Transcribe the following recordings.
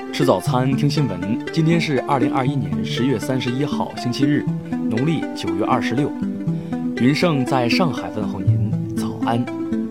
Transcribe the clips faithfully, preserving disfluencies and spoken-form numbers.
吃早餐，听新闻。今天是二零二一年十月三十一号，星期日，农历九月二十六。云盛在上海问候您，早安。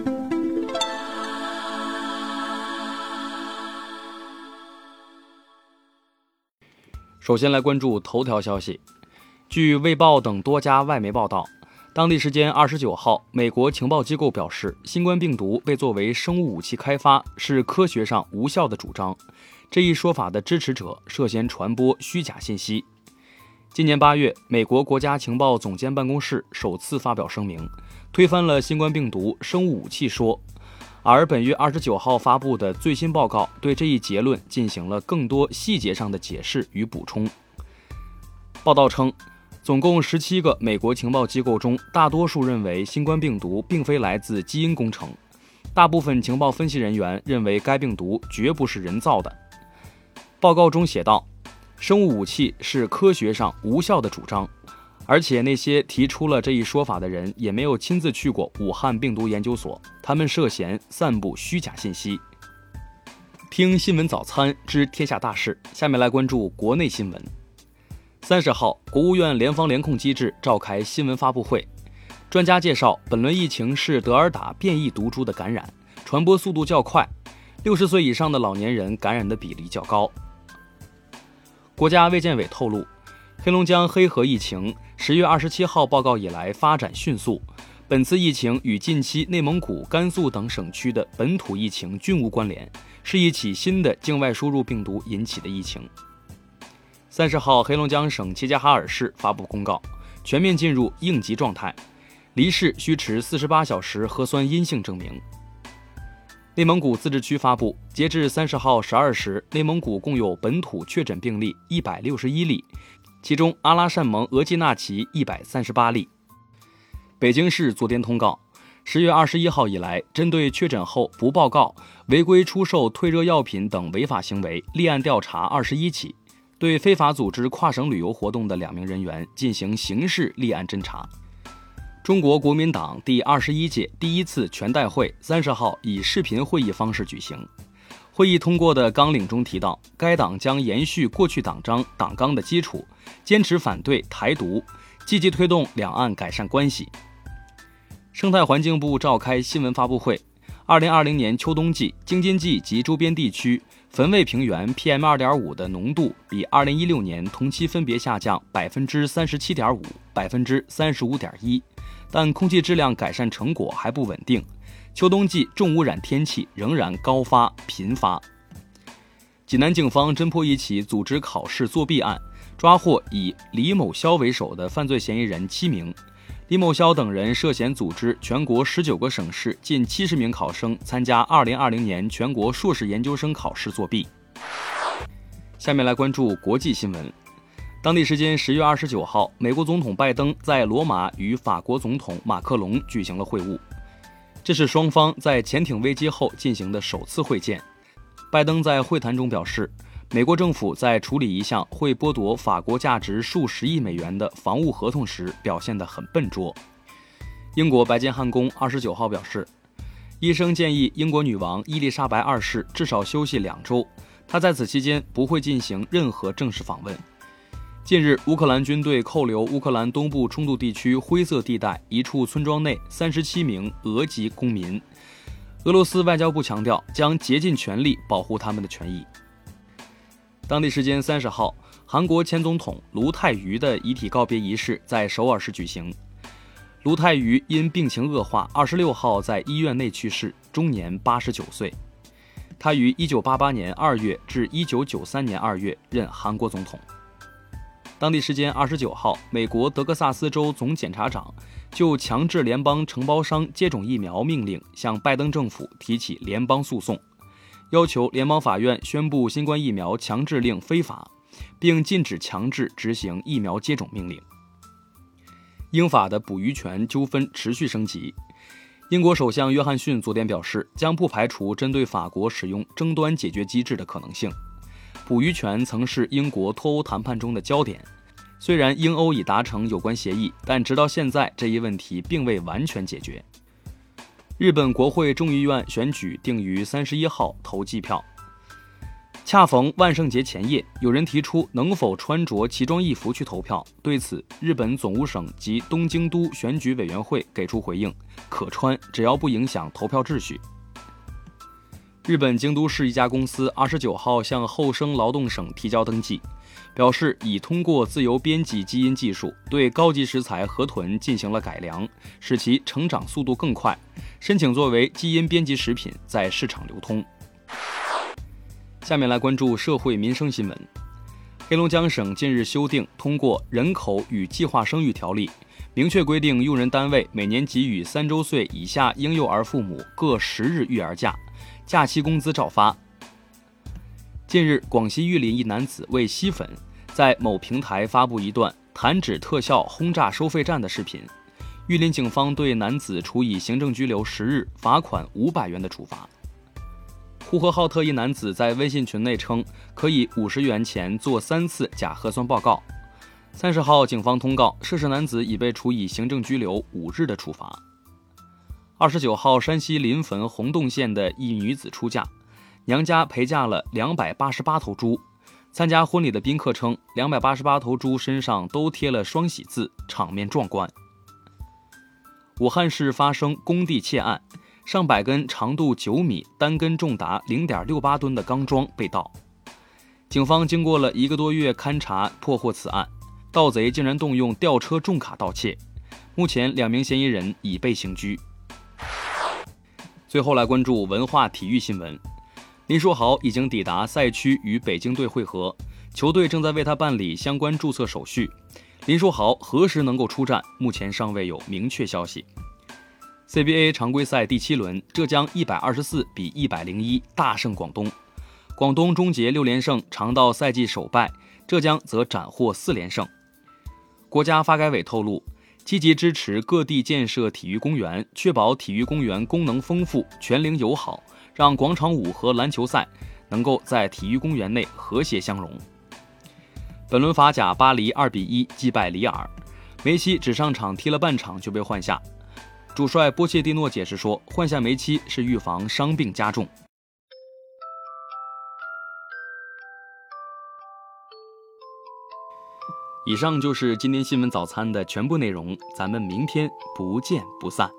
首先来关注头条消息。据《卫报》等多家外媒报道，当地时间二十九号，美国情报机构表示，新冠病毒被作为生物武器开发是科学上无效的主张。这一说法的支持者涉嫌传播虚假信息。今年八月，美国国家情报总监办公室首次发表声明，推翻了新冠病毒生物武器说。而本月二十九号发布的最新报告对这一结论进行了更多细节上的解释与补充。报道称，总共十七个美国情报机构中，大多数认为新冠病毒并非来自基因工程，大部分情报分析人员认为该病毒绝不是人造的。报告中写道，生物武器是科学上无效的主张，而且那些提出了这一说法的人也没有亲自去过武汉病毒研究所，他们涉嫌散布虚假信息。听新闻早餐知天下大事，下面来关注国内新闻。三十号，国务院联防联控机制召开新闻发布会，专家介绍，本轮疫情是德尔塔变异毒株的感染，传播速度较快，六十岁以上的老年人感染的比例较高。国家卫健委透露，黑龙江黑河疫情十月二十七号报告以来发展迅速，本次疫情与近期内蒙古、甘肃等省区的本土疫情均无关联，是一起新的境外输入病毒引起的疫情。三十号，黑龙江省齐齐哈尔市发布公告，全面进入应急状态，离市需持四十八小时核酸阴性证明。内蒙古自治区发布，截至三十号十二时，内蒙古共有本土确诊病例一百六十一例，其中阿拉善盟额济纳旗一百三十八例。北京市昨天通告，十月二十一号以来，针对确诊后不报告、违规出售退热药品等违法行为，立案调查二十一起，对非法组织跨省旅游活动的两名人员进行刑事立案侦查。中国国民党第二十一届第一次全代会三十号以视频会议方式举行。会议通过的纲领中提到，该党将延续过去党章党纲的基础，坚持反对台独，积极推动两岸改善关系。生态环境部召开新闻发布会，二零二零年秋冬季京津冀及周边地区汾渭平原 P M 二点五 的浓度比二零一六年同期分别下降 百分之三十七点五、百分之三十五点一，但空气质量改善成果还不稳定，秋冬季重污染天气仍然高发频发。济南警方侦破一起组织考试作弊案，抓获以李某肖为首的犯罪嫌疑人七名。李某肖等人涉嫌组织全国十九个省市近七十名考生参加二零二零年全国硕士研究生考试作弊。下面来关注国际新闻。当地时间十月二十九号，美国总统拜登在罗马与法国总统马克龙举行了会晤，这是双方在潜艇危机后进行的首次会见。拜登在会谈中表示，美国政府在处理一项会剥夺法国价值数十亿美元的防务合同时表现得很笨拙。英国白金汉宫二十九号表示，医生建议英国女王伊丽莎白二世至少休息两周，她在此期间不会进行任何正式访问。近日，乌克兰军队扣留乌克兰东部冲突地区灰色地带一处村庄内三十七名俄籍公民。俄罗斯外交部强调，将竭尽全力保护他们的权益。当地时间三十号，韩国前总统卢泰愚的遗体告别仪式在首尔市举行。卢泰愚因病情恶化，二十六号在医院内去世，终年八十九岁。他于一九八八年二月至一九九三年二月任韩国总统。当地时间二十九号，美国德克萨斯州总检察长就强制联邦承包商接种疫苗命令向拜登政府提起联邦诉讼，要求联邦法院宣布新冠疫苗强制令非法，并禁止强制执行疫苗接种命令。英法的捕鱼权纠纷持续升级。英国首相约翰逊昨天表示，将不排除针对法国使用争端解决机制的可能性。捕鱼权曾是英国脱欧谈判中的焦点，虽然英欧已达成有关协议，但直到现在这一问题并未完全解决。日本国会众议院选举定于三十一号投计票。 恰逢万圣节前夜，有人提出能否穿着奇装异服去投票。对此，日本总务省及东京都选举委员会给出回应：可穿，只要不影响投票秩序。日本京都市一家公司二十九号向厚生劳动省提交登记，表示已通过自由编辑基因技术对高级食材河豚进行了改良，使其成长速度更快，申请作为基因编辑食品在市场流通。下面来关注社会民生新闻。黑龙江省近日修订通过《人口与计划生育条例》，明确规定用人单位每年给予三周岁以下婴幼儿父母各十日育儿假，假期工资照发。近日，广西玉林一男子为吸粉，在某平台发布一段弹指特效轰炸收费站的视频，玉林警方对男子处以行政拘留十日、罚款五百元的处罚。呼和浩特一男子在微信群内称可以五十元钱做三次假核酸报告。三十号，警方通告涉事男子已被处以行政拘留五日的处罚。二十九号，山西临汾洪洞县的一女子出嫁，娘家陪嫁了两百八十八头猪。参加婚礼的宾客称，两百八十八头猪身上都贴了双喜字，场面壮观。武汉市发生工地窃案，上百根长度九米、单根重达 零点六八吨的钢桩被盗。警方经过了一个多月勘查，破获此案，盗贼竟然动用吊车重卡盗窃。目前两名嫌疑人已被刑拘。最后来关注文化体育新闻。林书豪已经抵达赛区与北京队会合，球队正在为他办理相关注册手续。林书豪何时能够出战，目前尚未有明确消息。C B A 常规赛第七轮，浙江一百二十四比一百零一大胜广东，广东终结六连胜，尝到赛季首败，浙江则斩获四连胜。国家发改委透露，积极支持各地建设体育公园，确保体育公园功能丰富、全龄友好，让广场舞和篮球赛能够在体育公园内和谐相融。本轮法甲，巴黎二比一击败里尔，梅西只上场踢了半场就被换下。主帅波切蒂诺解释说，换下梅西是预防伤病加重。以上就是今天新闻早餐的全部内容，咱们明天不见不散。